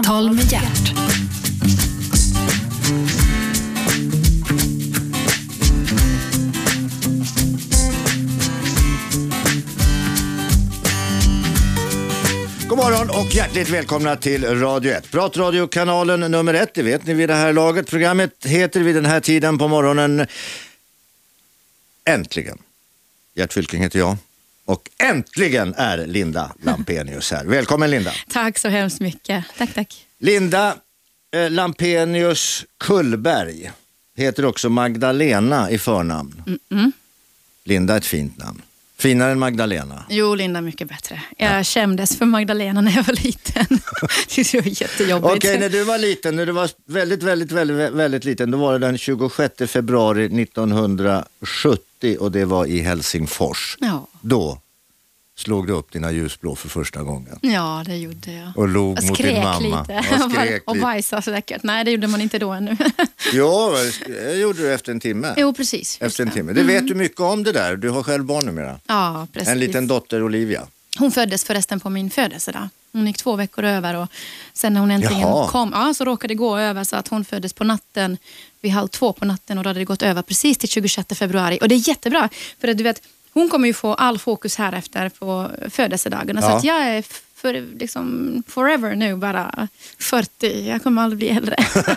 Samtal med hjärt. God morgon och hjärtligt välkomna till Radio 1. Pratradiokanalen nummer 1, det vet ni vid det här laget. Programmet heter vid den här tiden på morgonen Äntligen. Gert Fylking heter jag. Och äntligen är Linda Lampenius här. Välkommen Linda. Tack så hemskt mycket. Tack. Linda Lampenius Kullberg heter också Magdalena i förnamn. Linda är ett fint namn. Finare än Magdalena. Jo, Linda mycket bättre. Jag kändes för Magdalena när jag var liten. Det var jättejobbigt. Okej, när du var liten, när du var väldigt liten, då var det den 26 februari 1970 och det var i Helsingfors. Ja. Då slog du upp dina ljusblå för första gången. Ja, det gjorde jag. Och log mot din mamma. Lite. Och bajsade säkert. Nej, det gjorde man inte då ännu. Jo, det gjorde du efter en timme. Jo, precis. Efter en timme. Det vet du mycket om det där. Du har själv barn numera. Ja, precis. En liten dotter, Olivia. Hon föddes förresten på min födelsedag. Hon gick 2 veckor över och sen när hon äntligen kom, så råkade det gå över så att hon föddes på natten vid 1:30 på natten och då hade det gått över precis till 26 februari. Och det är jättebra, för att du vet, hon kommer ju få all fokus här efter på födelsedagarna. Så att jag är forever nu bara 40. Jag kommer aldrig bli äldre.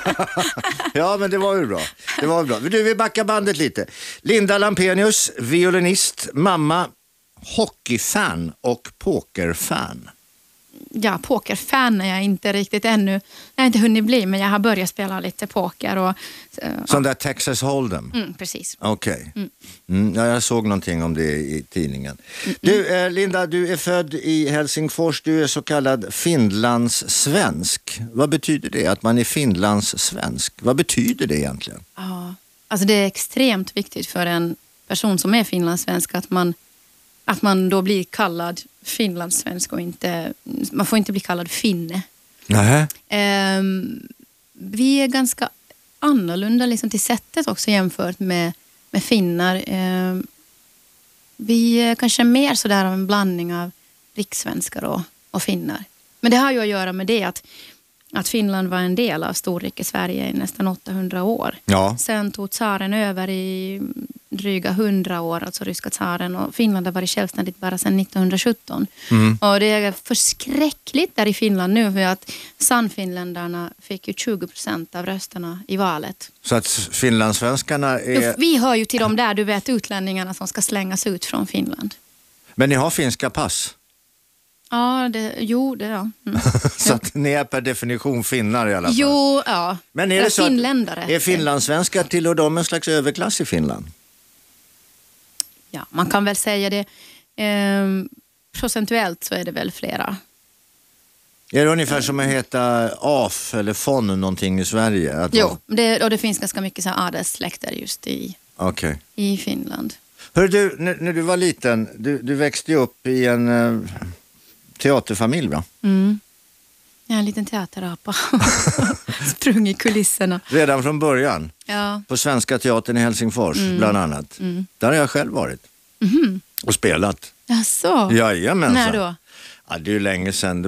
Ja, men det var ju bra. Det var bra. Du, vi backar bandet lite. Linda Lampenius, violinist, mamma, hockeyfan och pokerfan. Ja, pokerfan är jag inte riktigt ännu. Jag har inte hunnit bli, men jag har börjat spela lite poker. Och, som där Texas Hold'em? Precis. Okej. Ja, jag såg någonting om det i tidningen. Du, Linda, du är född i Helsingfors. Du är så kallad finlandssvensk. Vad betyder det, att man är finlandssvensk? Vad betyder det egentligen? Ja, alltså det är extremt viktigt för en person som är finlandssvensk att man då blir kallad finlandssvensk och inte, man får inte bli kallad finne. Nej. Vi är ganska annorlunda liksom till sättet också jämfört med finnar. Vi är kanske mer sådär av en blandning av rikssvenskar och finnar. Men det har ju att göra med det att Finland var en del av storrike Sverige i nästan 800 år. Ja. Sen tog tsaren över i dryga 100 år, alltså ryska tsaren, och Finland har varit självständigt bara sedan 1917. Och det är förskräckligt där i Finland nu, för att sannfinländarna fick ju 20% av rösterna i valet. Så att finlandssvenskarna är... Vi hör ju till de där, du vet, utlänningarna som ska slängas ut från Finland. Men ni har finska pass? Ja, det. Så att ni är per definition finnar i alla fall. Jo, ja. Men är det så finländare. Är finlandssvenskar tillhör de en slags överklass i Finland? Ja, man kan väl säga det. Procentuellt så är det väl flera. Är det ungefär som att heta AF eller FON någonting i Sverige? Jo, och det finns ganska mycket så adelssläkter just i Finland. Hör du, när du var liten, du växte upp i en teaterfamilj, va? Jag är en liten teaterapa. Sprung i kulisserna. Redan från början? Ja. På Svenska teatern i Helsingfors, bland annat. Där har jag själv varit. Och spelat. Jaså? Jajamensan. När då? Ja, det är ju länge sedan.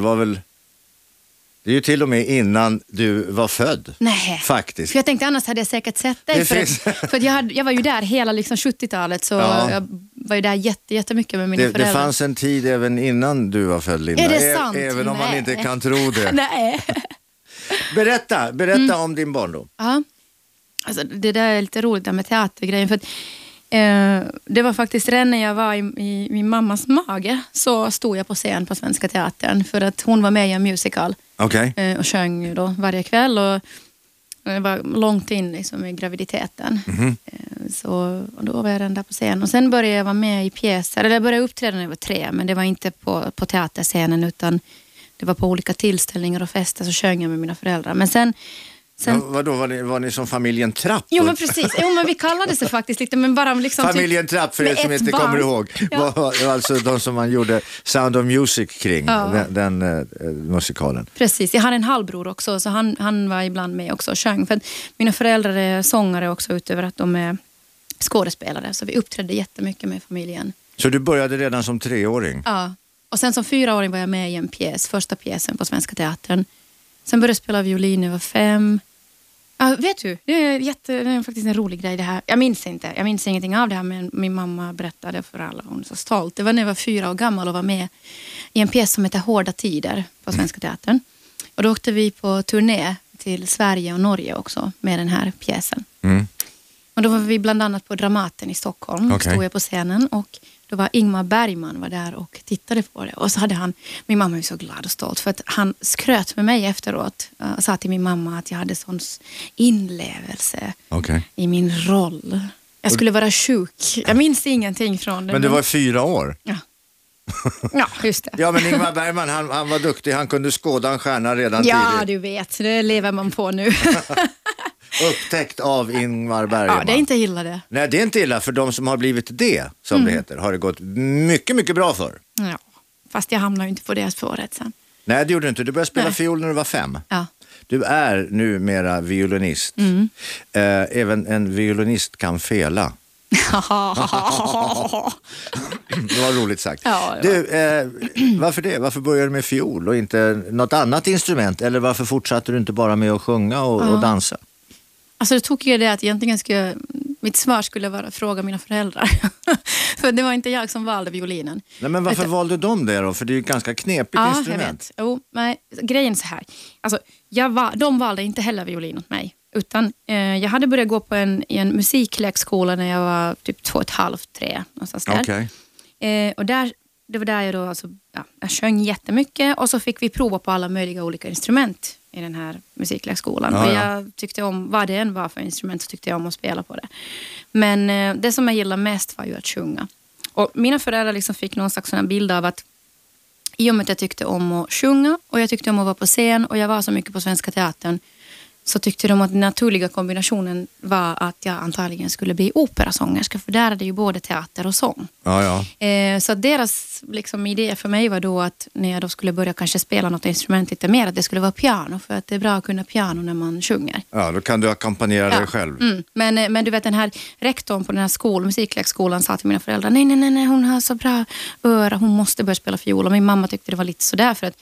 Det är ju till och med innan du var född. Nej. Faktiskt. För jag tänkte annars hade jag säkert sett dig. För att jag var ju där hela liksom 70-talet. Så jag var ju där jättemycket med mina föräldrar. Det fanns en tid även innan du var född, Linda. Är det sant? Även om man inte kan tro det. Nej. Berätta om din barndom. Ja. Alltså, det där är lite roligt där med teatergrejen. För att, det var faktiskt redan när jag var i min mammas mage så stod jag på scen på Svenska teatern. För att hon var med i en musical. Okay. Och sjöng då varje kväll. Och det var långt in liksom i graviditeten. Så då var jag redan där på scen. Och sen började jag vara med i pjäser. Eller jag började uppträda när jag var 3. Men det var inte på teaterscenen, utan det var på olika tillställningar och fester, så sjöng jag med mina föräldrar. Men sen vadå, var ni som familjen Trapp? Jo, men precis. Jo, men vi kallade sig faktiskt lite, men bara liksom familjen Trapp, för er som inte kommer ihåg. Ja. Var alltså de som man gjorde Sound of Music kring, den musikalen. Precis, jag har en halvbror också, så han var ibland med också och sjöng. För att mina föräldrar är sångare också, utöver att de är skådespelare. Så vi uppträdde jättemycket med familjen. Så du började redan som 3-åring? Ja, och sen som 4-åring var jag med i en pjäs, första pjäsen på Svenska teatern. Sen började jag spela violin när jag var 5. Vet du, det är faktiskt en rolig grej det här. Jag minns ingenting av det här, men min mamma berättade för alla. Hon är så stolt. Det var när jag var 4 år gammal och var med i en pjäs som heter Hårda tider på Svenska Teatern. Och då åkte vi på turné till Sverige och Norge också med den här pjäsen. Och då var vi bland annat på Dramaten i Stockholm. Stod jag på scenen och då var Ingmar Bergman var där och tittade på det. Och så hade min mamma var så glad och stolt för att han skröt med mig efteråt. Och sa till min mamma att jag hade sån inlevelse i min roll. Jag skulle vara sjuk. Jag minns ingenting från det. Men du var 4 år? Ja. Ja, just det. Ja, men Ingmar Bergman, han var duktig. Han kunde skåda en stjärna redan tidigt. Ja, du vet. Det lever man på nu. Upptäckt av Ingmar Bergman. Ja, det är inte illa det. Nej, det är inte illa för de som har blivit det, som det heter, har det gått mycket, mycket bra för. Ja, fast jag hamnar ju inte på deras spåret sen. Nej, det gjorde du inte. Du började spela fiol när du var 5. Ja. Du är numera violinist. Även en violinist kan fela. Det var roligt sagt. Ja, du, varför det? Varför började du med fiol och inte något annat instrument? Eller varför fortsatte du inte bara med att sjunga och dansa? Alltså det tokiga är det att egentligen mitt svar skulle vara att fråga mina föräldrar. För det var inte jag som valde violinen. Nej, men varför valde de det då? För det är ju ett ganska knepigt instrument. Jag vet. Nej, grejen är så här. Alltså, de valde inte heller violin åt mig. Utan jag hade börjat gå på i en musiklekskola när jag var typ 2,5-3 någonstans där. Okay. Och det var där jag då jag sjöng jättemycket och så fick vi prova på alla möjliga olika instrument i den här musiklekskolan. Och jag tyckte om, vad det än var för instrument, så tyckte jag om att spela på det. Men det som jag gillade mest var ju att sjunga. Och mina föräldrar liksom fick någon slags sån bild av att i och med att jag tyckte om att sjunga och jag tyckte om att vara på scen och jag var så mycket på Svenska Teatern, så tyckte de att den naturliga kombinationen var att jag antagligen skulle bli operasångerska, för där är det ju både teater och sång. Så deras liksom, idé för mig var då att när jag då skulle börja kanske spela något instrument lite mer, att det skulle vara piano, för att det är bra att kunna piano när man sjunger. Ja, då kan du ackompanjera dig själv. Men du vet, den här rektorn på den här musiklekskolan sa till mina föräldrar, nej, hon har så bra öra, hon måste börja spela fiol. Och min mamma tyckte det var lite sådär, för att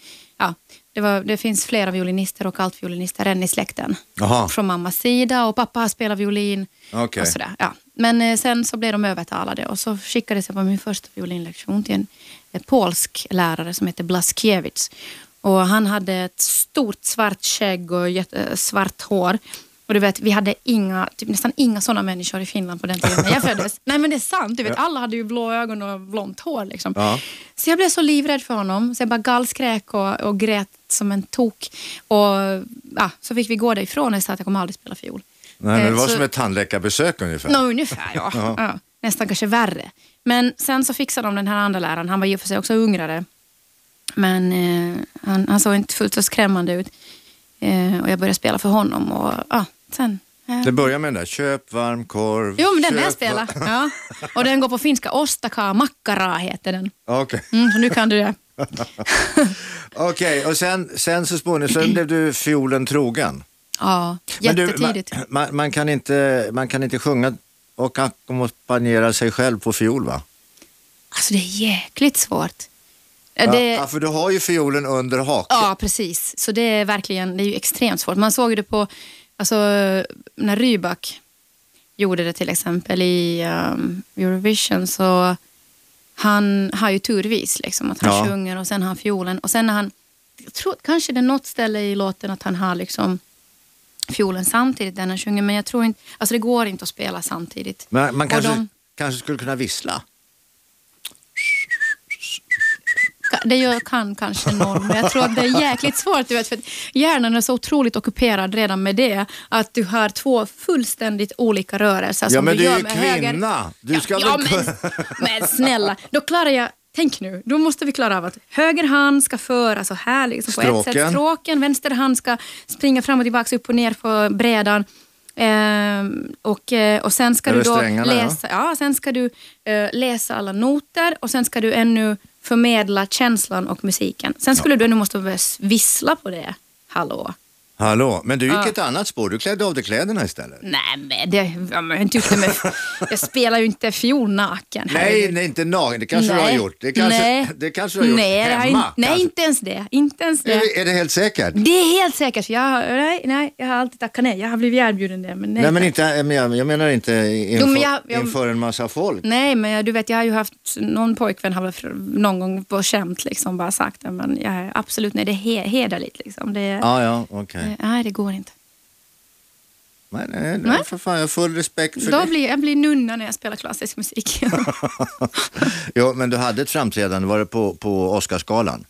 det finns flera violinister och altviolinister än i släkten. Från mammas sida, och pappa har spelat violin och sådär. Ja. Men sen så blev de övertalade och så skickades jag på min första violinlektion till en polsk lärare som heter Blaskiewicz. Och han hade ett stort svart skägg och svart hår. Och du vet, vi hade nästan inga sådana människor i Finland på den tiden när jag föddes. Nej, men det är sant. Du vet, alla hade ju blå ögon och blont hår liksom. Så jag blev så livrädd för honom. Så jag bara gallskrek och grät som en tok. Och så fick vi gå därifrån och sa att jag kommer aldrig spela fiol. Nej, men det var som ett tandläkarbesök ungefär. Ungefär, ja. Nästan kanske värre. Men sen så fixade de den här andra läraren. Han var ju för sig också ungrare. Men han såg inte fullt så skrämmande ut. Och jag började spela för honom. Och sen... Det börjar med den där, köp varm korv. Jo, men den är jag spelar. Ja. Och den går på finska, Ostaka Makkara heter den. Okej. Så nu kan du det. Okej, och sen så småningom blev du fiolen trogen. Ja, jättetidigt. Man kan inte sjunga och ackompanjera sig själv på fiol, va? Alltså det är jäkligt svårt. För du har ju fiolen under haken. Ja, precis. Så det är ju extremt svårt. Man såg det på, när Rybak gjorde det till exempel i Eurovision, så han har ju turvis liksom, att han sjunger och sen har han fiolen. Och sen när jag tror kanske det är något ställe i låten att han har liksom fiolen samtidigt när han sjunger, men jag tror inte, alltså det går inte att spela samtidigt. Men man kanske skulle kunna vissla. Det kan kanske någon, men jag tror att det är jäkligt svårt, du vet, för att hjärnan är så otroligt ockuperad redan med det, att du har 2 fullständigt olika rörelser. Ja, men du är ju kvinna. Du ska men snälla, då klarar jag, tänk nu, då måste vi klara av att höger hand ska föra så här liksom, på ett sätt stråken, vänster hand ska springa fram och tillbaka, upp och ner på brädan. Och sen ska du då läsa, sen ska du läsa alla noter, och sen ska du ännu förmedla känslan och musiken. Sen skulle du ännu måste vissla på det. Hallå. Hallå, men du gick ett annat spår. Du klädde av dig kläderna istället. Nej, men jag spelar ju inte fiol naken. Nej, inte naken. Det kanske du har gjort. Det kanske du har gjort hemma. Nej, inte ens det. Är det helt säkert? Det är helt säkert. Jag har alltid tackat nej. Jag har blivit erbjuden det. Men nej, men inte, jag menar inte inför en massa folk. Nej, men du vet, jag har ju haft någon pojkvän har någon gång på skämt liksom bara sagt det, men jag är absolut, nej, det är hederligt liksom. Ja, okej. Nej, det går inte. Nej, för fan, jag har full respekt för det. Jag blir nunna när jag spelar klassisk musik. Jo, men du hade ett framträdande, var det på Oscarsgalan?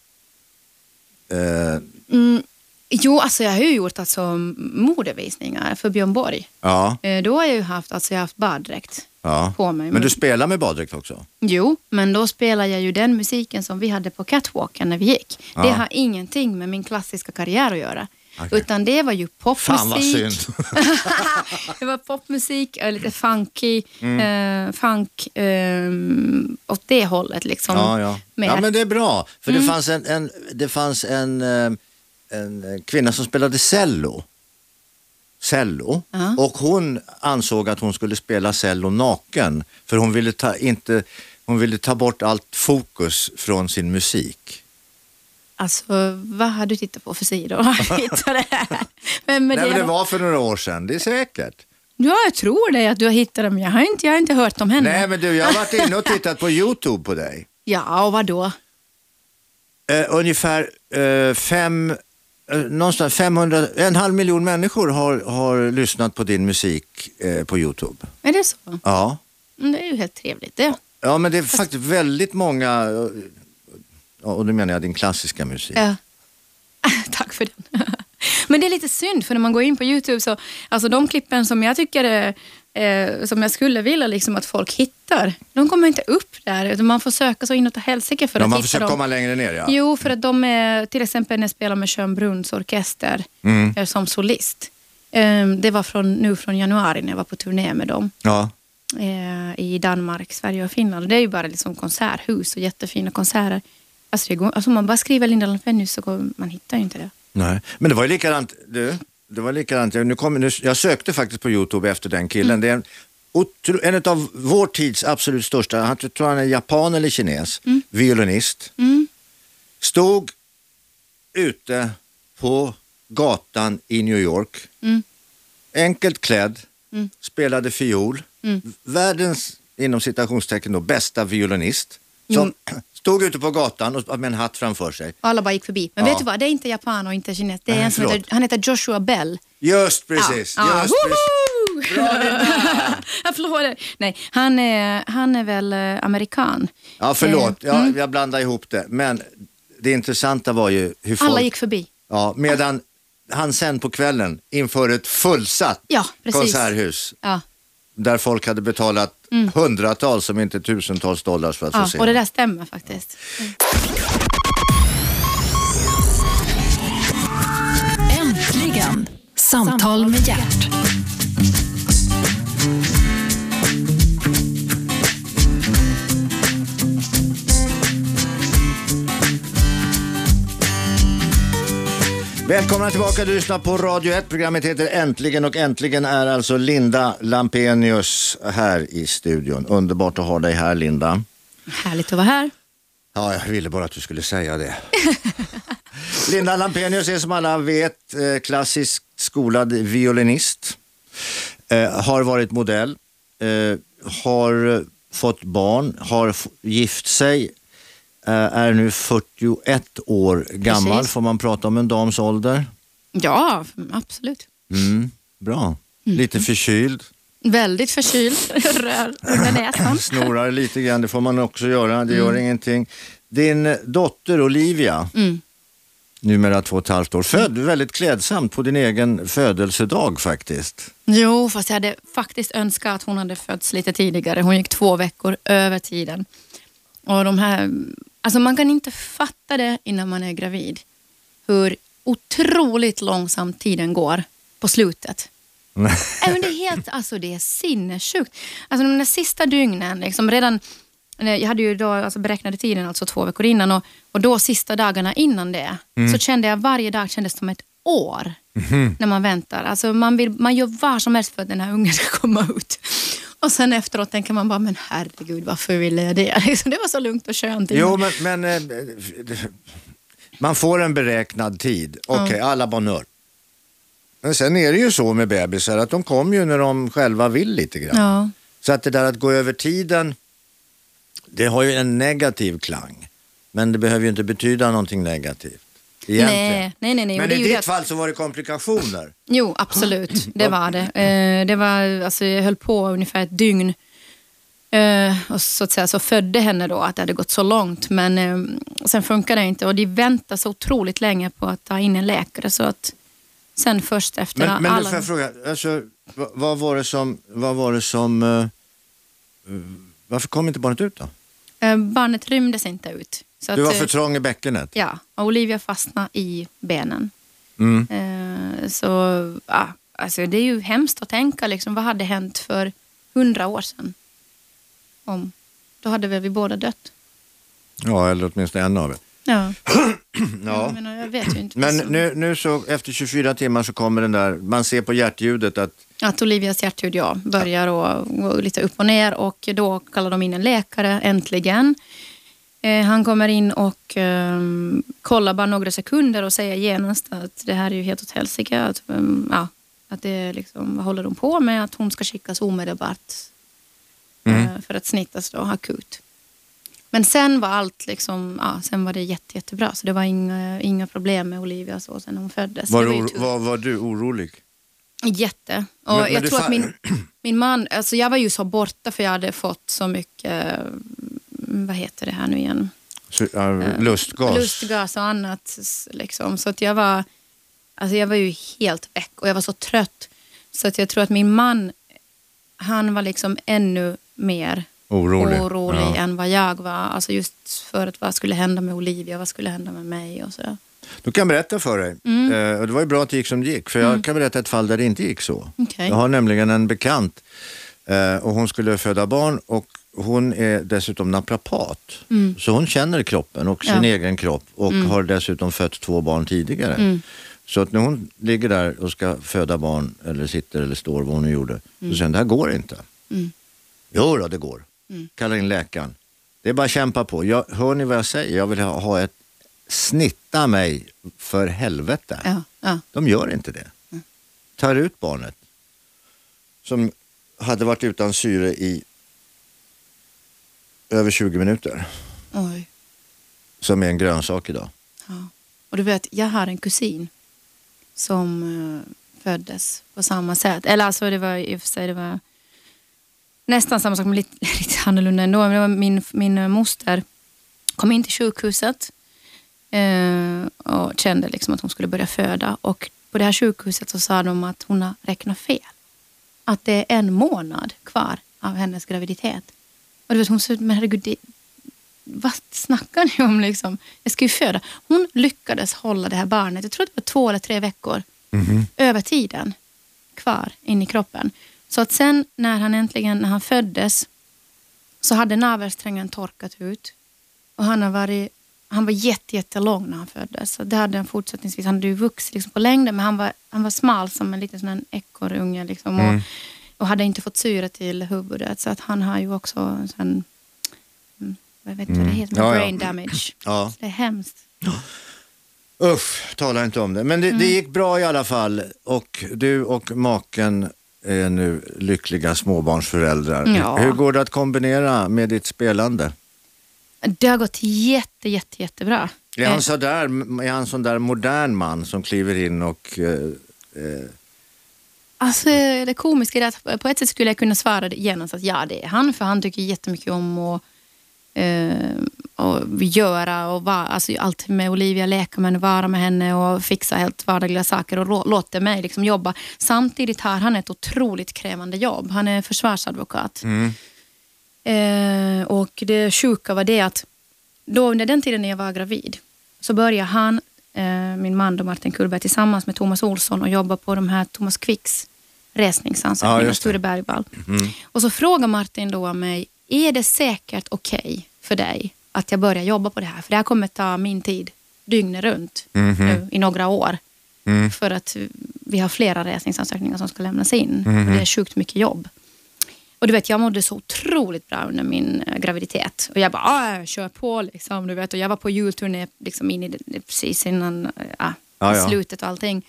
Jo, alltså jag har ju gjort modevisningar för Björn Borg. Ja. Då har jag ju haft baddräkt på mig. Men du spelar med baddräkt också? Jo, men då spelar jag ju den musiken som vi hade på catwalken när vi gick. Ja. Det har ingenting med min klassiska karriär att göra. Okay. Utan det var ju popmusik. Fan vad synd. Det var popmusik, lite funky, funk åt det hållet liksom. Ja, men det är bra. För det fanns en kvinna som spelade cello. Och hon ansåg att hon skulle spela cello naken. För hon ville ta bort allt fokus från sin musik. Alltså, vad har du tittat på för sidor? Men det var för några år sedan, det är säkert. Ja, jag tror det att du har hittat dem. Jag har inte hört om henne. Nej, men jag har varit inne och tittat på YouTube på dig. Ja, och vad då? Ungefär 500 miljon människor har lyssnat på din musik på YouTube. Är det så? Ja. Det är ju helt trevligt det. Ja, men det är faktiskt väldigt många... Och då menar jag din klassiska musik. Ja. Tack för den. Men det är lite synd, för när man går in på YouTube så... Alltså de klippen som jag tycker som jag skulle vilja liksom att folk hittar, de kommer inte upp där. Man får söka så inåt och helsike för att hitta dem. Man får komma längre ner, ja. Jo, för att de är... Till exempel när jag spelar med Schön Bruns orkester som solist. Det var nu från januari när jag var på turné med dem. Ja. I Danmark, Sverige och Finland. Det är ju bara liksom konserthus och jättefina konserter. Alltså man bara skriver Linda Lampenius så man hittar ju inte det. Nej, men det var ju likadant. Det var likadant. Jag sökte faktiskt på YouTube efter den killen. Det är en av vår tids absolut största, jag tror han är japan eller kines, violinist. Stod ute på gatan i New York. Enkelt klädd, spelade fiol. Världens, inom citationstecken då, bästa violinist. Som stod ute på gatan med en hatt framför sig. Alla bara gick förbi. Men vet du vad, det är inte japan och inte kines. Det är en som han heter Joshua Bell. Just precis. Ja. Just precis. Bra Linda! Applåder. Nej, han är väl amerikan. Ja, förlåt. Jag blandade ihop det. Men det intressanta var ju hur folk... Alla gick förbi. Ja, medan han sen på kvällen inför ett fullsatt konserthus. Ja. Där folk hade betalat hundratals, om inte tusentals dollars för att få se. Och det där stämmer faktiskt. Äntligen! Samtal med Hjärt. Välkomna tillbaka, du lyssnar på Radio 1. Programmet heter Äntligen och äntligen är alltså Linda Lampenius här i studion. Underbart att ha dig här, Linda. Härligt att vara här. Ja, jag ville bara att du skulle säga det. Linda Lampenius är som alla vet klassiskt skolad violinist. Har varit modell. Har fått barn. Har gift sig. Är nu 41 år gammal. Precis. Får man prata om en dams ålder? Ja, absolut. Bra. Lite förkyld. Väldigt förkyld. Rör under näsan. Snorar lite grann, det får man också göra. Det gör ingenting. Din dotter Olivia, numera 2,5 år, född väldigt klädsamt på din egen födelsedag faktiskt. Jo, fast jag hade faktiskt önskat att hon hade fötts lite tidigare. Hon gick 2 veckor över tiden. Och de här... Alltså man kan inte fatta det innan man är gravid. Hur otroligt långsamt tiden går på slutet. Men det är helt, alltså det är sinnessjukt. Alltså de där sista dygnen, liksom redan, jag hade ju då alltså beräknade tiden alltså 2 veckor innan och då sista dagarna innan det så kände jag varje dag kändes som ett år. när man väntar. Alltså man gör vad som helst för att den här ungen ska komma ut. Och sen efteråt tänker man bara, men herregud, varför ville jag det? Det var så lugnt och skönt. Jo, men man får en beräknad tid. Okej, alla bonheur. Men sen är det ju så med bebisar att de kommer ju när de själva vill lite grann. Ja. Så att det där att gå över tiden, det har ju en negativ klang. Men det behöver ju inte betyda någonting negativt. Egentligen. Nej. Men i ditt fall så var det komplikationer. Jo, absolut. Det var det. Det var, alltså, jag höll på ungefär ett dygn. Och så att säga så födde henne då att det hade gått så långt. Men sen funkade det inte. Och de väntade så otroligt länge på att ta in en läkare. Så att sen först efter men alla... Men får jag fråga, alltså, vad var det som varför kom inte barnet ut då? Barnet rymdes inte ut. Så du var för trång i bäckenet? Ja, och Olivia fastnade i benen. Så ja, alltså det är ju hemskt att tänka liksom, vad hade hänt för 100 år sedan? Då hade väl vi båda dött. Ja, eller åtminstone en av er. Ja. Ja. Jag vet ju inte. Men nu så efter 24 timmar så kommer den där, man ser på hjärtljudet att Olivias hjärtljud börjar gå lite upp och ner, och då kallar de in en läkare äntligen. Han kommer in och kollar bara några sekunder och säger genast att det här är ju helt åt helsike. Att det är liksom, vad håller de på med? Att hon ska skickas omedelbart för att snittas då akut. Men sen var allt liksom, sen var det jättebra. Så det var inga problem med Olivia så sen hon föddes. Var du orolig? Jätte. Och men jag tror att min man, alltså jag var ju så borta för jag hade fått så mycket, vad heter det här nu igen? Lustgas och annat liksom. Så att jag var ju helt väck och jag var så trött. Så att jag tror att min man, han var liksom ännu mer orolig än vad jag var. Alltså just för att vad skulle hända med Olivia, vad skulle hända med mig och sådär. Du kan berätta för dig. Och det var ju bra att det gick som det gick. För jag kan berätta ett fall där det inte gick så. Okay. Jag har nämligen en bekant. Och hon skulle föda barn. Och hon är dessutom naprapat. Så hon känner kroppen och sin egen kropp. Och har dessutom fött 2 barn tidigare. Så att när hon ligger där och ska föda barn. Eller sitter eller står vad hon nu gjorde. Så säger hon, det här går inte. Jo då, det går. Kallar in läkaren. Det är bara att kämpa på. Hör ni vad jag säger? Jag vill ha ett snitta mig för helvete. Ja. De gör inte det. Tar ut barnet som hade varit utan syre i över 20 minuter. Oj. Som är en grönsak idag. Ja. Och du vet, jag har en kusin som föddes på samma sätt. Eller alltså det var i och för sig, det var nästan samma sak men lite annorlunda ändå. Men det var min moster kom in till sjukhuset och kände liksom att hon skulle börja föda. Och på det här sjukhuset så sa de att hon har räknat fel. Att det är 1 månad kvar av hennes graviditet. Och du vet, hon sa, men herregud, vad snackar ni om liksom? Jag ska ju föda. Hon lyckades hålla det här barnet, jag tror det var 2 eller 3 veckor över tiden kvar in i kroppen. Så att sen när han föddes så hade navelsträngen torkat ut. Och han var jättelång när han föddes. Så det hade han fortsättningsvis. Han hade ju vuxit liksom på längden, men han var smal som en liten sån ekorrunge liksom. Och hade inte fått syre till huvudet. Så att han har ju också en sån, jag vet inte vad det heter, brain damage. Ja. Så det är hemskt. Usch, tala inte om det. Men det gick bra i alla fall. Och du och maken är nu lyckliga småbarnsföräldrar. Ja. Hur går det att kombinera med ditt spelande? Det har gått jättebra. Är han sån där modern man som kliver in och... Alltså det komiska är att på ett sätt skulle jag kunna svara genast att ja, det är han. För han tycker jättemycket om att göra och alltså allt med Olivia, leka med henne, vara med henne och fixa helt vardagliga saker och låta mig liksom jobba. Samtidigt har han ett otroligt krävande jobb. Han är försvarsadvokat. Och det sjuka var det att då under den tiden när jag var gravid så började han, min man då Martin Kullberg, tillsammans med Thomas Olsson och jobba på de här Thomas Quicks resningsansökningar, Sture Bergvall. Och så frågar Martin då mig, är det säkert okej för dig att jag börjar jobba på det här? För det här kommer ta min tid dygnet runt nu, i några år. För att vi har flera resningsansökningar som ska lämnas in. Och det är sjukt mycket jobb. Och du vet, jag mådde så otroligt bra under min graviditet. Och jag bara, jag kör på liksom, du vet. Och jag var på julturné liksom in i det, precis innan slutet och allting.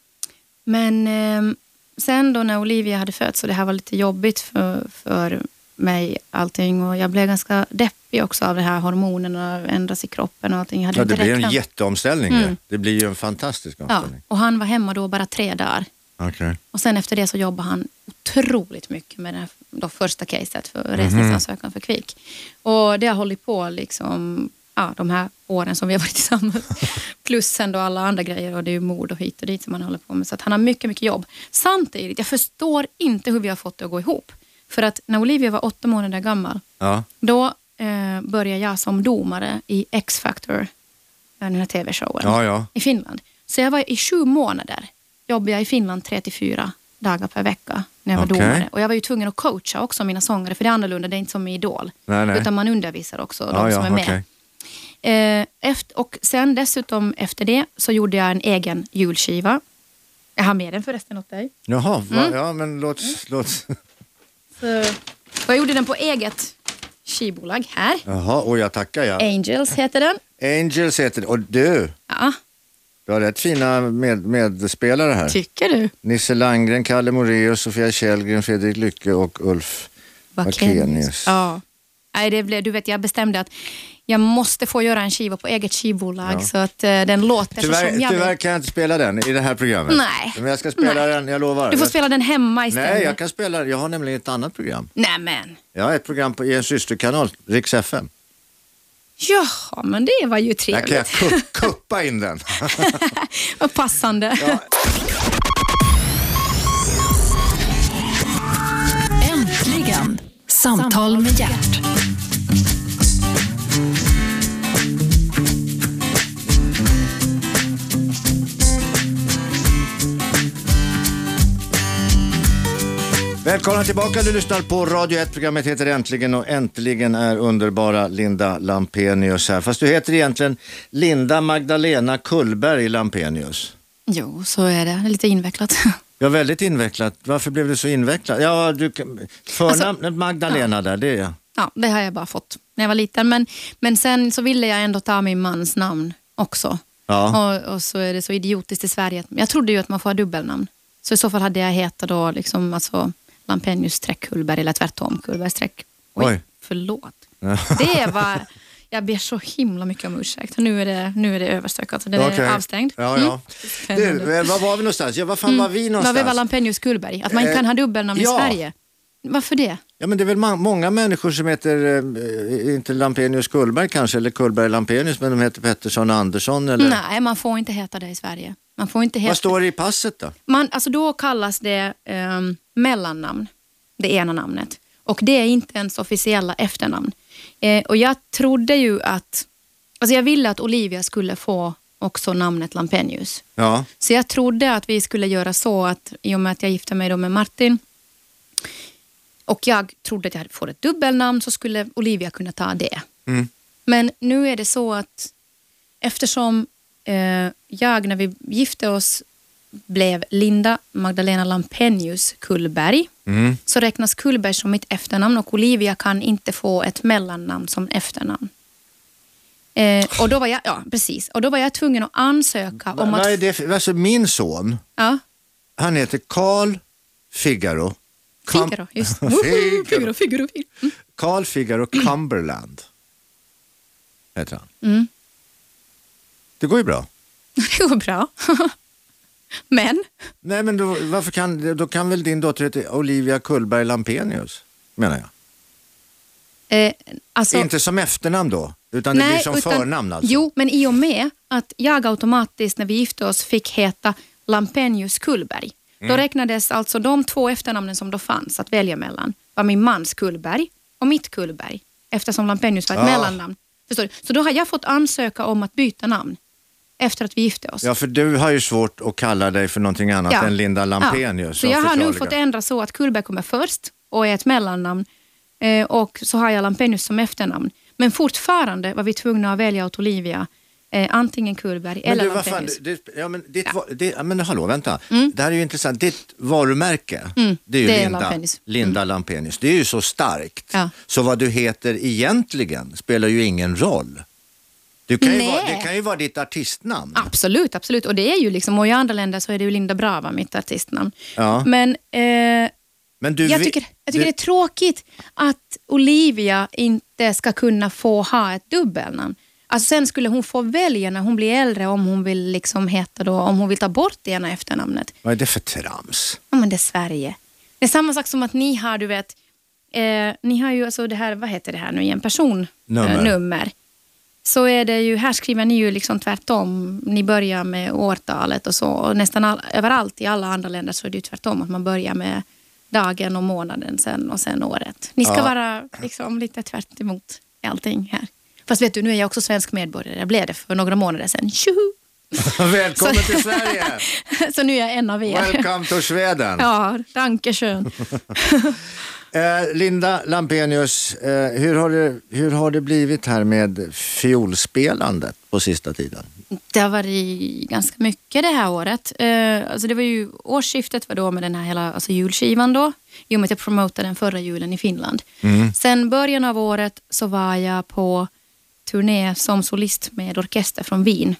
Men sen då när Olivia hade fötts, så det här var lite jobbigt för mig allting. Och jag blev ganska deppig också av det här hormonerna ändras i kroppen och allting. Det blir en jätteomställning. Det blir ju en fantastisk omställning. Ja, och han var hemma då bara 3 dagar. Okay. Och sen efter det så jobbade han otroligt mycket med det här då första caset för resningsansökan för Kvik. Och det har hållit på liksom, de här åren som vi har varit tillsammans. Plus sen då alla andra grejer och det är ju mord och hit och dit som man håller på med. Så att han har mycket, mycket jobb. Samtidigt, jag förstår inte hur vi har fått det att gå ihop. För att när Olivia var 8 månader gammal, då började jag som domare i X-Factor, den här tv-showen i Finland. Så jag var i 7 månader. Jobbade jag i Finland 3-4 dagar per vecka när jag var domare. Och jag var ju tvungen att coacha också mina sångare, för det är annorlunda, det är inte som i Idol. Nej. Utan man undervisar också de som är med. Och sen dessutom efter det så gjorde jag en egen julskiva. Jag har med den förresten åt dig. Jaha, ja men låt. Så jag gjorde den på eget skivbolag här. Jaha, och jag tackar Angels heter den. Angels heter den. Och du? Ja. Du har rätt fina medspelare här. Tycker du? Nisse Landgren, Kalle Moraeus, Sofia Källgren, Fredrik Lycke och Ulf Wakenius. Ja. Nej, du vet, jag bestämde att jag måste få göra en skiva på eget skivbolag så att den låter så som jag vill. Tyvärr kan jag inte spela den i det här programmet. Nej. Men jag ska spela den, jag lovar. Du får spela den hemma istället. Nej, jag kan spela, jag har nämligen ett annat program. Nämen. Jag har ett program i en systerkanal, Rix FM. Jaha, men det var ju trevligt. Där kan jag kuppa in den. Vad passande. Ja. Äntligen, Samtal med Gert. Välkomna tillbaka, du lyssnar på Radio 1, programmet heter Äntligen och äntligen är underbara Linda Lampenius här. Fast du heter egentligen Linda Magdalena Kullberg Lampenius. Jo, så är det. Det är lite invecklat. Ja, väldigt invecklat. Varför blev det så invecklat? Ja, förnamnet Magdalena där, det är jag. Ja, det har jag bara fått när jag var liten. Men sen så ville jag ändå ta min mans namn också. Ja. Och så är det så idiotiskt i Sverige. Jag trodde ju att man får ha dubbelnamn. Så i så fall hade jag hetat då liksom alltså Lampenius-Kullberg eller tvärtom Kullberg-. Oj, förlåt. Det var... Jag ber så himla mycket om ursäkt. Nu är det överstökat. Den är avstängd. Ja. Du, var var vi någonstans? Ja, vad fan var vi någonstans? Var vi var Lampenius-Kullberg? Att man kan ha dubbelnamn i Sverige. Varför det? Ja, men det är väl många människor som heter, inte Lampenius Kullberg kanske, eller Kullberg Lampenius, men de heter Pettersson och Andersson, eller? Nej, man får inte heta det i Sverige. Man får inte heta... Vad står det i passet då? Alltså då kallas det mellannamn, det ena namnet. Och det är inte ens officiella efternamn. Och jag trodde ju att... Alltså jag ville att Olivia skulle få också namnet Lampenius. Ja. Så jag trodde att vi skulle göra så att i och med att jag gifte mig då med Martin och jag trodde att jag hade fått ett dubbelnamn så skulle Olivia kunna ta det. Mm. Men nu är det så att eftersom jag när vi gifte oss blev Linda Magdalena Lampenius Kullberg så räknas Kullberg som mitt efternamn och Olivia kan inte få ett mellannamn som efternamn. Och då var jag, precis. Och då var jag tvungen att ansöka om att... Alltså min son, han heter Carl Figaro. Figaro, just. Figaro. Carl Figaro Cumberland heter han. Mm. Det går ju bra. Det går bra. Men? Nej, men då kan väl din dotter heta Olivia Kullberg Lampenius, menar jag. Alltså, inte som efternamn då, utan det blir som förnamn alltså. Jo, men i och med att jag automatiskt när vi gifte oss fick heta Lampenius Kullberg. Då räknades alltså de 2 efternamnen som då fanns att välja mellan var min mans Kullberg och mitt Kullberg. Eftersom Lampenius var ett mellannamn. Förstår du? Så då har jag fått ansöka om att byta namn efter att vi gifte oss. Ja, för du har ju svårt att kalla dig för någonting annat än Linda Lampenius. Så jag har nu fått ändra så att Kullberg kommer först och är ett mellannamn. Och så har jag Lampenius som efternamn. Men fortfarande var vi tvungna att välja åt Olivia Antingen Kullberg eller Lampenius. Men hallå, vänta. Det här är ju intressant. Ditt varumärke, det är ju Linda Lampenius. Det är ju så starkt. Ja. Så vad du heter egentligen spelar ju ingen roll. Det kan ju vara ditt artistnamn. Absolut. Och det är ju liksom, och i andra länder så är det ju Linda Brava, mitt artistnamn. Ja. Men jag tycker det är tråkigt att Olivia inte ska kunna få ha ett dubbelnamn. Alltså sen skulle hon få välja när hon blir äldre om hon vill liksom heta då, om hon vill ta bort det ena efternamnet. Vad är det för trams? Ja, men det är Sverige. Det är samma sak som att ni har, du vet, ni har ju alltså det här, vad heter det här nu igen, personnummer. Så är det ju, här skriver ni ju liksom tvärtom. Ni börjar med årtalet och så. Och nästan överallt i alla andra länder så är det ju tvärtom. Att man börjar med dagen och månaden och sen året. Ni ska vara liksom lite tvärt emot allting här. Fast vet du, nu är jag också svensk medborgare. Jag blev det för några månader sedan. Tjoho! Välkommen till Sverige! Så nu är jag en av er. Welcome to Sweden! Ja, danke schön. Linda Lampenius, hur har det blivit här med fiolspelandet på sista tiden? Det har varit ganska mycket det här året. Alltså det var ju, årsskiftet var då med den här hela julskivan då. I och med att jag promotade den förra julen i Finland. Sen början av året så var jag på turné som solist med orkester från Wien.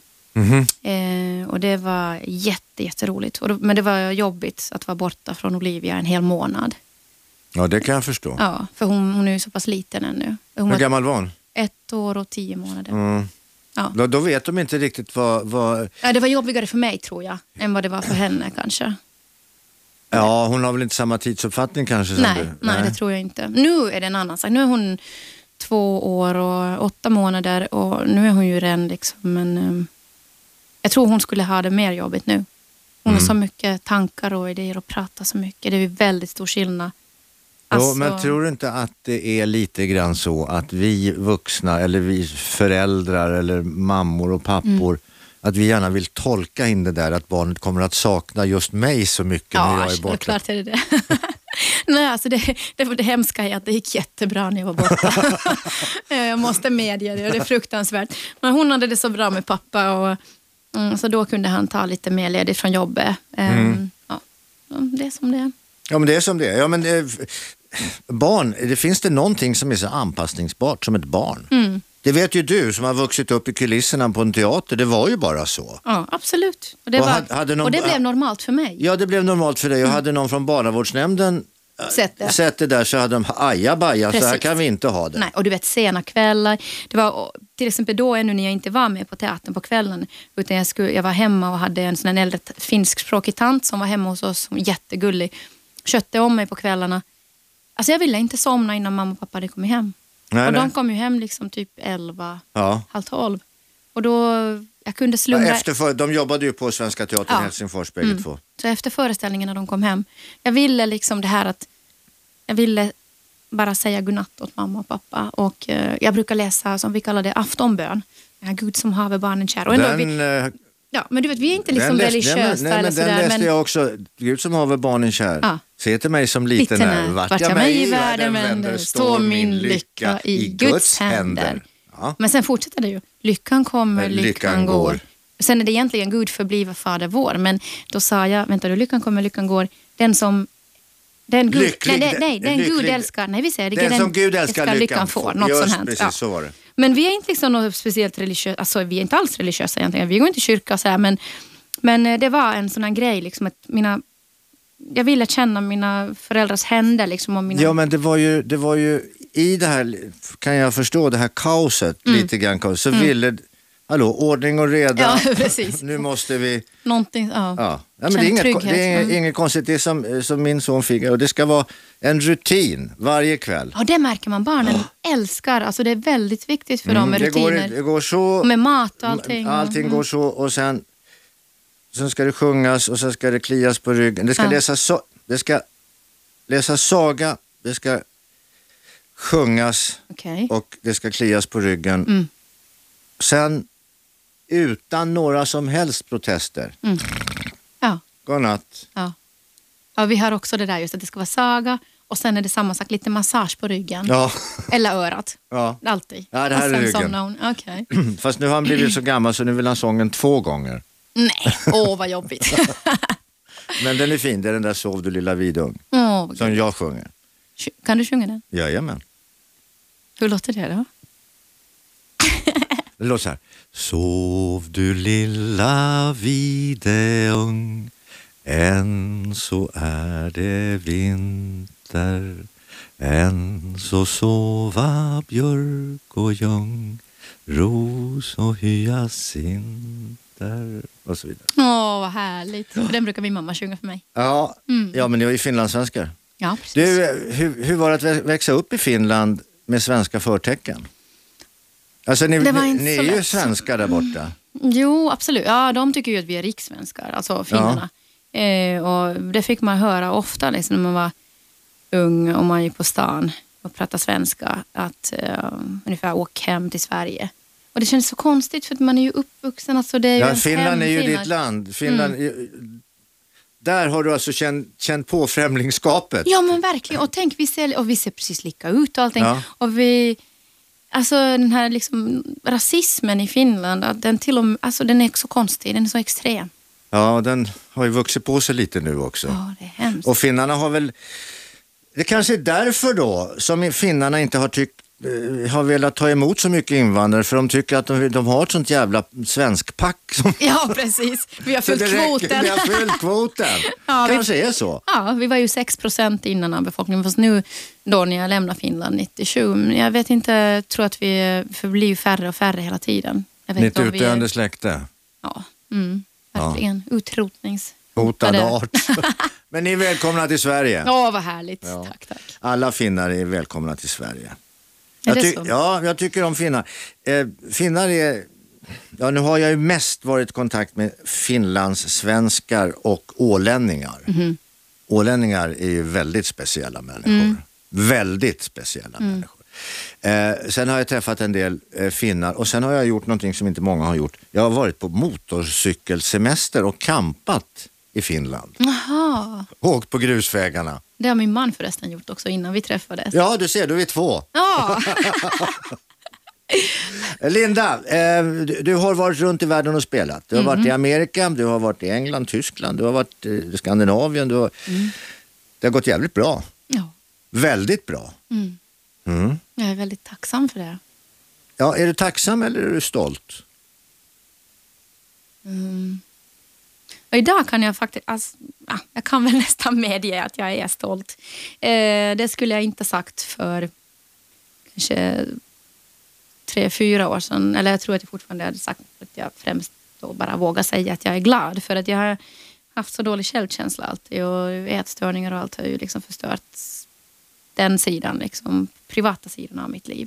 Och det var jätteroligt. Men det var jobbigt att vara borta från Olivia en hel månad. Ja, det kan jag förstå. Ja, för hon är ju så pass liten ännu. Hur gammal var hon? 1 år och 10 månader. Ja. Då vet de inte riktigt vad... Ja, det var jobbigare för mig tror jag, än vad det var för henne kanske. Ja, hon har väl inte samma tidsuppfattning kanske? Nej, det tror jag inte. Nu är det en annan sak. Nu är hon 2 år och 8 månader och nu är hon ju redan liksom en... Jag tror hon skulle ha det mer jobbigt nu. Hon har så mycket tankar och idéer och pratar så mycket. Det är väldigt stor skillnad. Alltså... men tror du inte att det är lite grann så att vi vuxna eller vi föräldrar eller mammor och pappor att vi gärna vill tolka in det där att barnet kommer att sakna just mig så mycket när jag är borta? Ja, klart är det. Nej, alltså det hemska är att det gick jättebra när jag var borta. Jag måste medge det och det är fruktansvärt. Men hon hade det så bra med pappa och så då kunde han ta lite mer ledigt från jobbet. Ja, det är som det är. Ja, men det är som det är. Ja, men barn, det finns det någonting som är så anpassningsbart som ett barn. Det vet ju du som har vuxit upp i kulisserna på en teater. Det var ju bara så. Ja, absolut. Och det blev normalt för mig. Ja, det blev normalt för dig. Och hade någon från barnavårdsnämnden sett det där så hade de ajabaja, så här kan vi inte ha det. Nej, och du vet sena kvällar. Det var till exempel då ännu när jag inte var med på teatern på kvällen utan jag var hemma och hade en sån äldre finskspråkig tant som var hemma hos oss som jättegullig. Kötte om mig på kvällarna. Alltså jag ville inte somna innan mamma och pappa hade kommit hem. Nej. De kom ju hem liksom typ 11, halv 12. Och då jag kunde slumra. De jobbade ju på Svenska Teatern i Helsingfors bägge två. Så efter föreställningen när de kom hem. Jag ville liksom det här att jag ville bara säga godnatt åt mamma och pappa. Och jag brukar läsa, som vi kallar det, aftonbön. Gud som haver barnen kär. Och ja, men du vet, vi är inte liksom religiösa. Den läste jag också. Gud som haver barnen kär. Ja. Se till mig som liten är. Vart jag mig i världen vänder står min lycka i Guds händer. Ja. Men sen fortsätter det ju. Lyckan kommer, lyckan går. Sen är det egentligen Gud förbliva fader vår. Men då sa jag, vänta du, lyckan kommer, lyckan går. Den som Gud älskar. Nej, vi säger det. Den som Gud älskar lyckan får. Något sånt här. Precis, så var det. Men vi är inte liksom något speciellt religiösa. Alltså vi är inte alls religiösa egentligen. Vi går inte i kyrka och så här. Men det var en sån här grej liksom att jag ville känna mina föräldrars händer liksom. Och Ja, men det var ju i det här, kan jag förstå, det här kaoset, lite grann kaos. Så ville, ordning och reda. Ja, precis. Nu måste vi... Någonting, ja. Men det är inget konstigt. Det är som min son fick. Och det ska vara en rutin varje kväll. Ja, det märker man. Barnen älskar. Alltså det är väldigt viktigt för dem med rutiner. Det går så... Och med mat och allting. Allting går så. Och sen ska det sjungas och sen ska det klias på ryggen. Det ska läsas saga. Det ska sjungas. Okay. Och det ska klias på ryggen. Sen utan några som helst protester. Ja. Godnatt. Ja, vi har också det där just att det ska vara saga Och sen är det samma sak, lite massage på ryggen. Ja. Eller örat. Ja. Alltid. Ja, det här är ryggen. Okay. Fast nu har han blivit så gammal så nu vill han sången 2 gånger. Nej, vad jobbigt. Men den är fin, det är den där Sov du lilla vidung. Som jag sjunger. Kan du sjunga den? Jajamän. Hur låter det då? Det låter så här. Sov du lilla vidung, än så är det vinter, än så sova björk och ljung, ros och hyacinter och så vidare. Vad härligt. Den brukar min mamma sjunga för mig. Ja, ja men ni var ju finlandssvenskar. Ja, precis. Du, hur var det att växa upp i Finland med svenska förtecken? Alltså ni är ju svenskar där borta. Jo, absolut. Ja, de tycker ju att vi är rikssvenskar, alltså finnarna. Ja. Och det fick man höra ofta liksom, när man var ung och man gick på stan och pratade svenska. Att ungefär åk hem till Sverige. Och det känns så konstigt för att man är ju uppvuxen. Alltså det är ju Finland är ju ditt land. Finland, där har du alltså känt på främlingskapet. Ja men verkligen. Och tänk, vi ser precis lika ut och allting. Ja. Och vi... Alltså den här liksom rasismen i Finland, den den är så konstig, den är så extrem. Ja, den har ju vuxit på sig lite nu också. Ja, det är hemskt. Och finnarna har väl, det kanske är därför då som finnarna inte har velat ta emot så mycket invandrare, för de tycker att de har ett sånt jävla svenskpack. Ja, precis. Vi har fyllt kvoten. Vi har fyllt kvoten. Ja, kanske är så. Ja, vi var ju 6% innan av befolkningen. Fast nu då när jag lämnar Finland 97. Jag vet inte, jag tror att vi blir färre och färre hela tiden. Ni är ett utdöende släkte. Ja, verkligen. Ja. Utrotningshotad art. Men ni är välkomna till Sverige. Ja, vad härligt. Ja. Tack. Alla finnar är välkomna till Sverige. Jag tycker om finnar. Finnar är... Ja, nu har jag ju mest varit i kontakt med Finlands svenskar och ålänningar. Mm. Ålänningar är ju väldigt speciella människor. Väldigt speciella människor. Sen har jag träffat en del finnar och sen har jag gjort någonting som inte många har gjort. Jag har varit på motorcykelsemester och campat i Finland. Jaha. Åkt på grusvägarna. Det har min man förresten gjort också innan vi träffades. Ja, du ser, du är 2. Ja. Linda, du har varit runt i världen och spelat. Du har varit i Amerika, du har varit i England, Tyskland, du har varit i Skandinavien. Det har gått jävligt bra. Ja. Väldigt bra. Jag är väldigt tacksam för det. Ja, är du tacksam eller är du stolt? Och idag kan jag faktiskt, jag kan väl nästan medge att jag är stolt. Det skulle jag inte sagt för kanske 3-4 år sedan. Eller jag tror att jag fortfarande hade sagt att jag främst då bara vågar säga att jag är glad. För att jag har haft så dålig självkänsla alltid. Och ätstörningar och allt har ju liksom förstört den sidan, liksom privata sidan av mitt liv.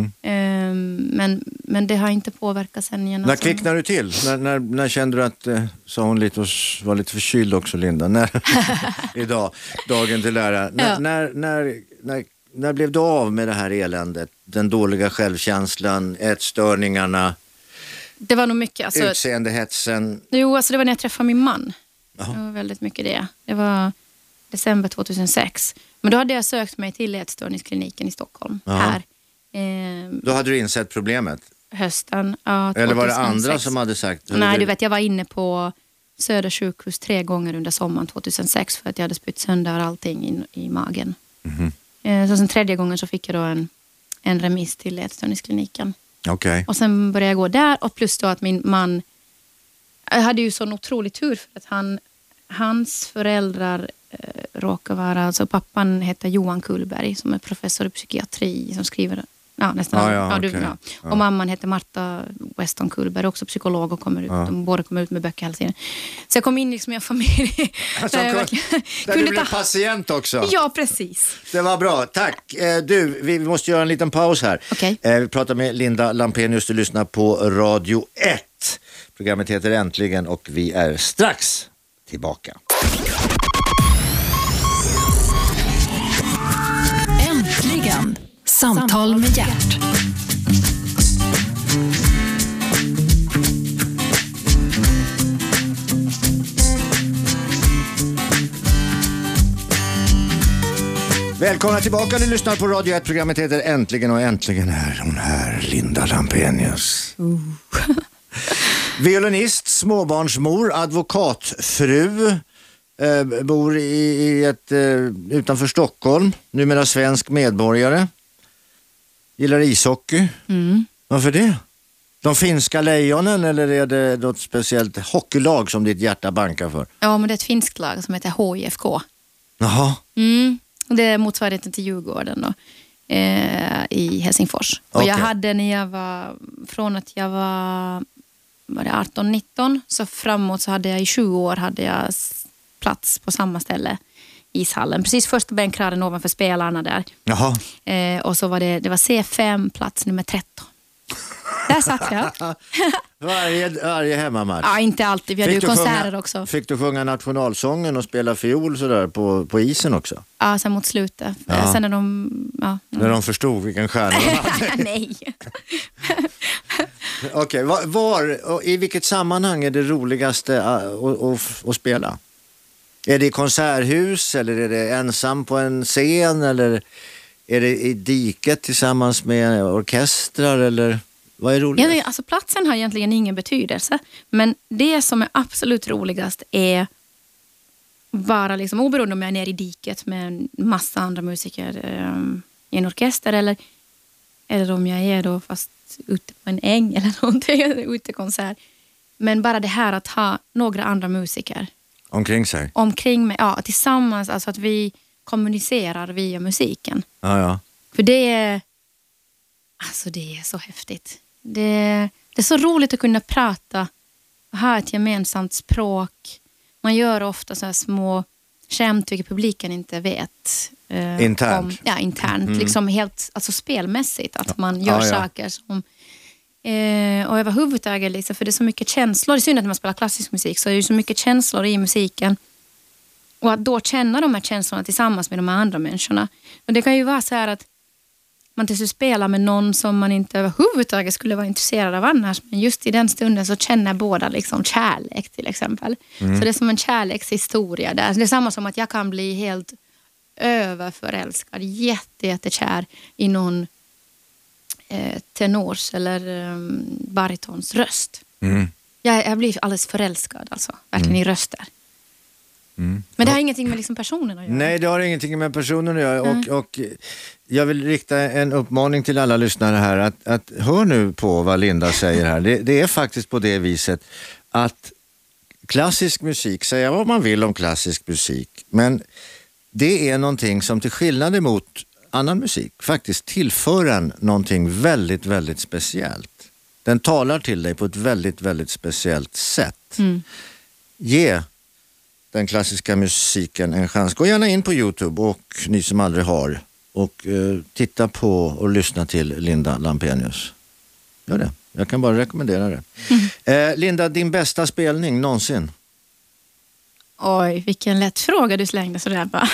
Men det har inte påverkat sen igen. När kvicknar du till? När kände du att, sa hon lite och var lite förkyld också, Linda, idag, dagen till lära. När blev du av med det här eländet? Den dåliga självkänslan, ätstörningarna? Det var nog mycket. Utseendehetsen? Jo, alltså det var när jag träffade min man. Aha. Det var väldigt mycket det. Det var december 2006. Men då hade jag sökt mig till ätstörningskliniken i Stockholm. Aha. Här. Då hade du insett problemet? Hösten, ja, 2006. Eller var det andra som hade sagt? Nej, du vet, jag var inne på Södra sjukhus 3 gånger under sommaren 2006 för att jag hade spytt sönder allting i magen. Så sen 3:e gången så fick jag då en remiss till ätstörningskliniken. Okay. Och sen började jag gå där, och plus då att min man, jag hade ju sån otrolig tur för att hans föräldrar råkar vara, alltså pappan heter Johan Kullberg som är professor i psykiatri som skriver nästan. Och mamman heter Marta Weston Kullberg, också psykolog och de båda kommer ut med böcker hela tiden. Så jag kom in liksom i en familj där du blev patient också. Ja, precis. Det var bra, tack. Vi måste göra en liten paus här. Okay. Vi pratar med Linda Lampenius, du lyssnar på Radio 1. Programmet heter Äntligen och vi är strax tillbaka. Äntligen. Samtal med Hjärt. Välkomna tillbaka, ni lyssnar på Radio 1. Programmet heter Äntligen och äntligen är hon här, Linda Lampenius. Violinist, småbarnsmor, advokatfru, bor i ett utanför Stockholm, numera svensk medborgare. Gillar ishockey. Varför det? De finska lejonen, eller är det något speciellt hockeylag som ditt hjärta bankar för? Ja, men det är ett finskt lag som heter HIFK. Jaha. Det är motsvarigheten till Djurgården då, i Helsingfors. Och jag hade när jag var, från att jag var det 18-19, så framåt så hade jag i 20 år hade jag plats på samma ställe, ishallen. Precis första bänkraden ovanför spelarna där. Jaha. Och så var det var C5, plats nummer 13. Där satt jag. varje hemmamatch? Ja, inte alltid. Vi hade ju konserter också. Fick du sjunga nationalsången och spela fiol sådär på isen också? Ja, sen mot slutet. Ja. Sen när de förstod vilken stjärna de hade. Nej. Okej, var och i vilket sammanhang är det roligaste att spela? Är det i konserthus eller är det ensam på en scen eller är det i diket tillsammans med orkestrar eller vad är roligast? Ja, alltså platsen har egentligen ingen betydelse, men det som är absolut roligast är vara liksom oberoende om jag är nere i diket med en massa andra musiker i en orkester eller om jag är då fast ute på en äng eller någonting, utekonsert. Men bara det här att ha några andra musiker omkring mig, ja, tillsammans, alltså att vi kommunicerar via musiken. Ja. För det är så häftigt. Det är så roligt att kunna prata och ha ett gemensamt språk. Man gör ofta så här små skämt vilket publiken inte vet. Internt? Internt. Liksom helt, alltså spelmässigt. Att man gör saker som... och överhuvudtaget liksom, för det är så mycket känslor. Det är synd att man spelar klassisk musik, så är det så mycket känslor i musiken. Och att då känna de här känslorna tillsammans med de här andra människorna. Och det kan ju vara så här att man till slut spelar med någon som man inte överhuvudtaget skulle vara intresserad av annars. Men just i den stunden så känner båda liksom kärlek till exempel. Så det är som en kärlekshistoria där. Det är samma som att jag kan bli helt överförälskad, jättekär i någon tenors eller baritons röst. Jag blir alldeles förälskad alltså, verkligen i röster. Men det har ingenting med liksom personen att göra. Nej, det har ingenting med personen att göra. Och jag vill rikta en uppmaning till alla lyssnare här att hör nu på vad Linda säger här. Det är faktiskt på det viset att klassisk musik, säga vad man vill om klassisk musik, men det är någonting som till skillnad emot annan musik faktiskt tillför en någonting väldigt, väldigt speciellt. Den talar till dig på ett väldigt, väldigt speciellt sätt. Ge den klassiska musiken en chans. Gå gärna in på YouTube och ni som aldrig har och titta på och lyssna till Linda Lampenius. Gör det. Jag kan bara rekommendera det. Linda, din bästa spelning någonsin? Oj, vilken lätt fråga du slängde sådär bara.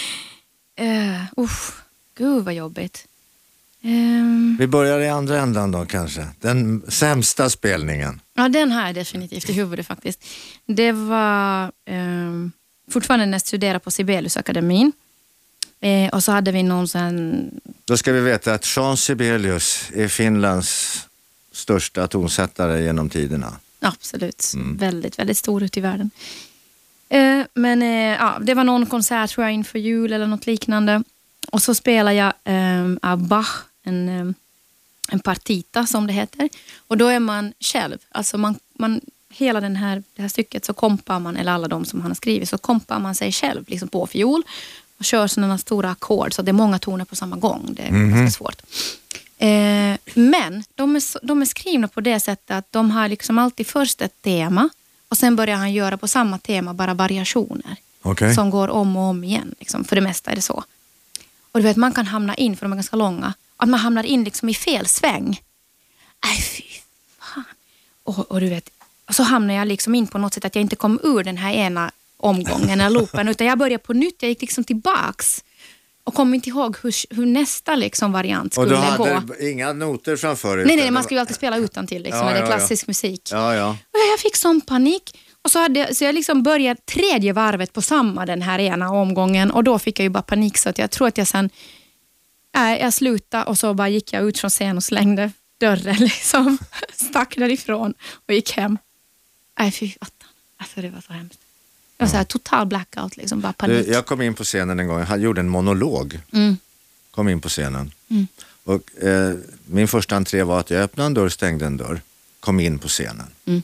Gud vad jobbigt. Vi börjar i andra ändan då kanske. Den sämsta spelningen. Ja, den har jag definitivt i huvudet faktiskt. Det var fortfarande när jag studerade på Sibeliusakademin. Och så hade vi någon sån... Då ska vi veta att Jean Sibelius är Finlands största tonsättare genom tiderna. Absolut. Väldigt, väldigt stor ut i världen. Men det var någon konsert tror jag inför jul eller något liknande. Och så spelar jag av Bach en partita som det heter. Och då är man själv. Alltså man hela det här stycket så kompar man, eller alla de som han har skrivit, så kompar man sig själv liksom på fiol. Och kör sådana stora ackord så det är många toner på samma gång. Det är ganska svårt. Men de är skrivna på det sättet att de har liksom alltid först ett tema. Och sen börjar han göra på samma tema bara variationer. Som går om och om igen. Liksom. För det mesta är det så. Och du vet, man kan hamna in, för de är ganska långa, att man hamnar in liksom i fel sväng. Fy fan. Och du vet, och så hamnar jag liksom in på något sätt att jag inte kom ur den här ena omgången eller loopen, utan jag började på nytt. Jag gick liksom tillbaks och kom inte ihåg hur nästa liksom variant skulle gå. Och du hade inga noter framför dig? Nej, man ska ju alltid spela utantill liksom, det är klassisk musik. Ja. Och jag fick sån panik. Och så jag liksom började 3:e varvet på samma den här ena omgången. Och då fick jag ju bara panik, så att jag tror att jag sen jag slutade och så bara gick jag ut från scen och slängde dörren liksom. Stack därifrån och gick hem. Fy attan. Alltså det var så hemskt. Det var så här total blackout liksom, bara panik. Jag kom in på scenen en gång, jag gjorde en monolog. Kom in på scenen. Och min första entré var att jag öppnade en dörr, stängde en dörr. Kom in på scenen.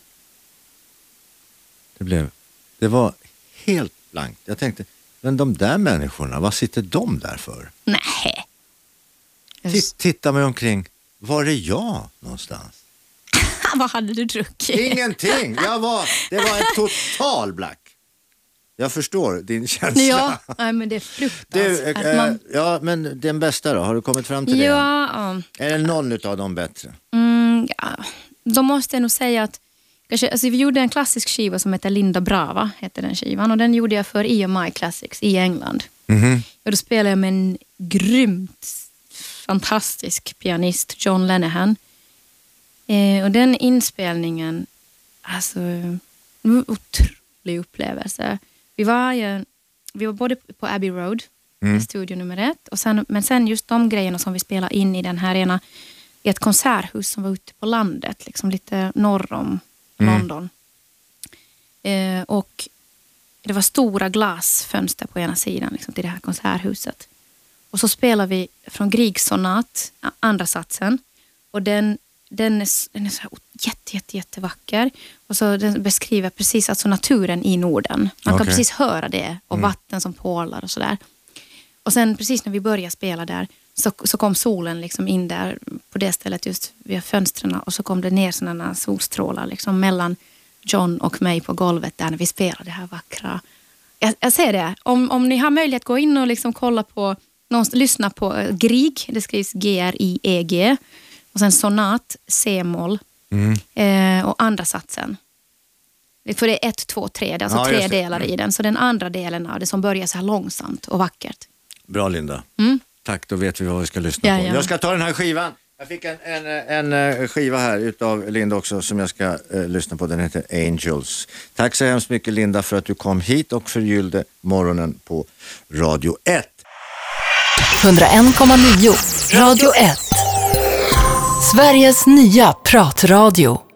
Det var helt blankt. Jag tänkte, men de där människorna, vad sitter de där för? Nej. Titta mig omkring. Var är jag någonstans? Vad hade du druckit? Ingenting. Det var en total black. Jag förstår din känsla. Ja, men det är fruktansvärt. Ja, men den bästa då? Har du kommit fram till det? Ja. Är det någon av dem bättre? Ja. Då måste jag nog säga att alltså vi gjorde en klassisk skiva som heter Linda Brava, heter den skivan. Och den gjorde jag för EMI Classics i England. Och då spelade jag med en grymt fantastisk pianist, John Lennehan. Och den inspelningen, alltså, en otrolig upplevelse. Vi var både på Abbey Road, studio nummer 1, och men sen just de grejerna som vi spelade in i den här ena, i ett konserthus som var ute på landet, liksom lite norr om London. Och det var stora glasfönster på ena sidan liksom, till det här konserthuset. Och så spelar vi från Griegsonat, andra satsen. Och den är så jättevacker. Och så den beskriver precis alltså naturen i Norden. Man kan precis höra det. Och vatten som pålar och sådär. Och sen precis när vi började spela där, så kom solen liksom in där på det stället just vid fönstren. Och så kom det ner sådana solstrålar liksom mellan John och mig på golvet där när vi spelade det här vackra. Jag säger det. Om ni har möjlighet att gå in och liksom kolla på, lyssna på Grieg, det skrivs G-R-I-E-G. Och sen sonat, C-moll och andra satsen. För det är 1, 2, 3, det är alltså 3 delar i den. Så den andra delen av det som börjar så här långsamt och vackert. Bra, Linda. Tack, då vet vi vad vi ska lyssna på. Ja. Jag ska ta den här skivan. Jag fick en skiva här utav Linda också som jag ska lyssna på. Den heter Angels. Tack så hemskt mycket, Linda, för att du kom hit och förgyllde morgonen på Radio 1. 101,9 Radio 1. Sveriges nya pratradio.